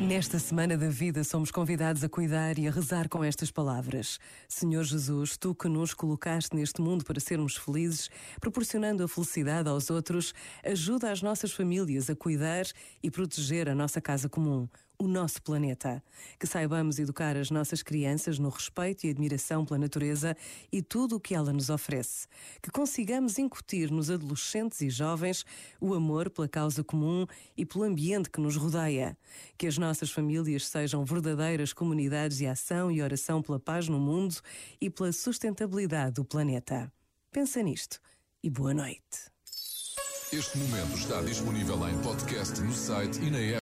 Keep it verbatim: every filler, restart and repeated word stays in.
Nesta Semana da Vida somos convidados a cuidar e a rezar com estas palavras. Senhor Jesus, Tu que nos colocaste neste mundo para sermos felizes, proporcionando a felicidade aos outros, ajuda as nossas famílias a cuidar e proteger a nossa casa comum, o nosso planeta. Que saibamos educar as nossas crianças no respeito e admiração pela natureza e tudo o que ela nos oferece. Que consigamos incutir nos adolescentes e jovens o amor pela causa comum e pelo ambiente que nos rodeia. Que as nossas famílias sejam verdadeiras comunidades de ação e oração pela paz no mundo e pela sustentabilidade do planeta. Pensa nisto e boa noite. Este momento está disponível em podcast no site e na app.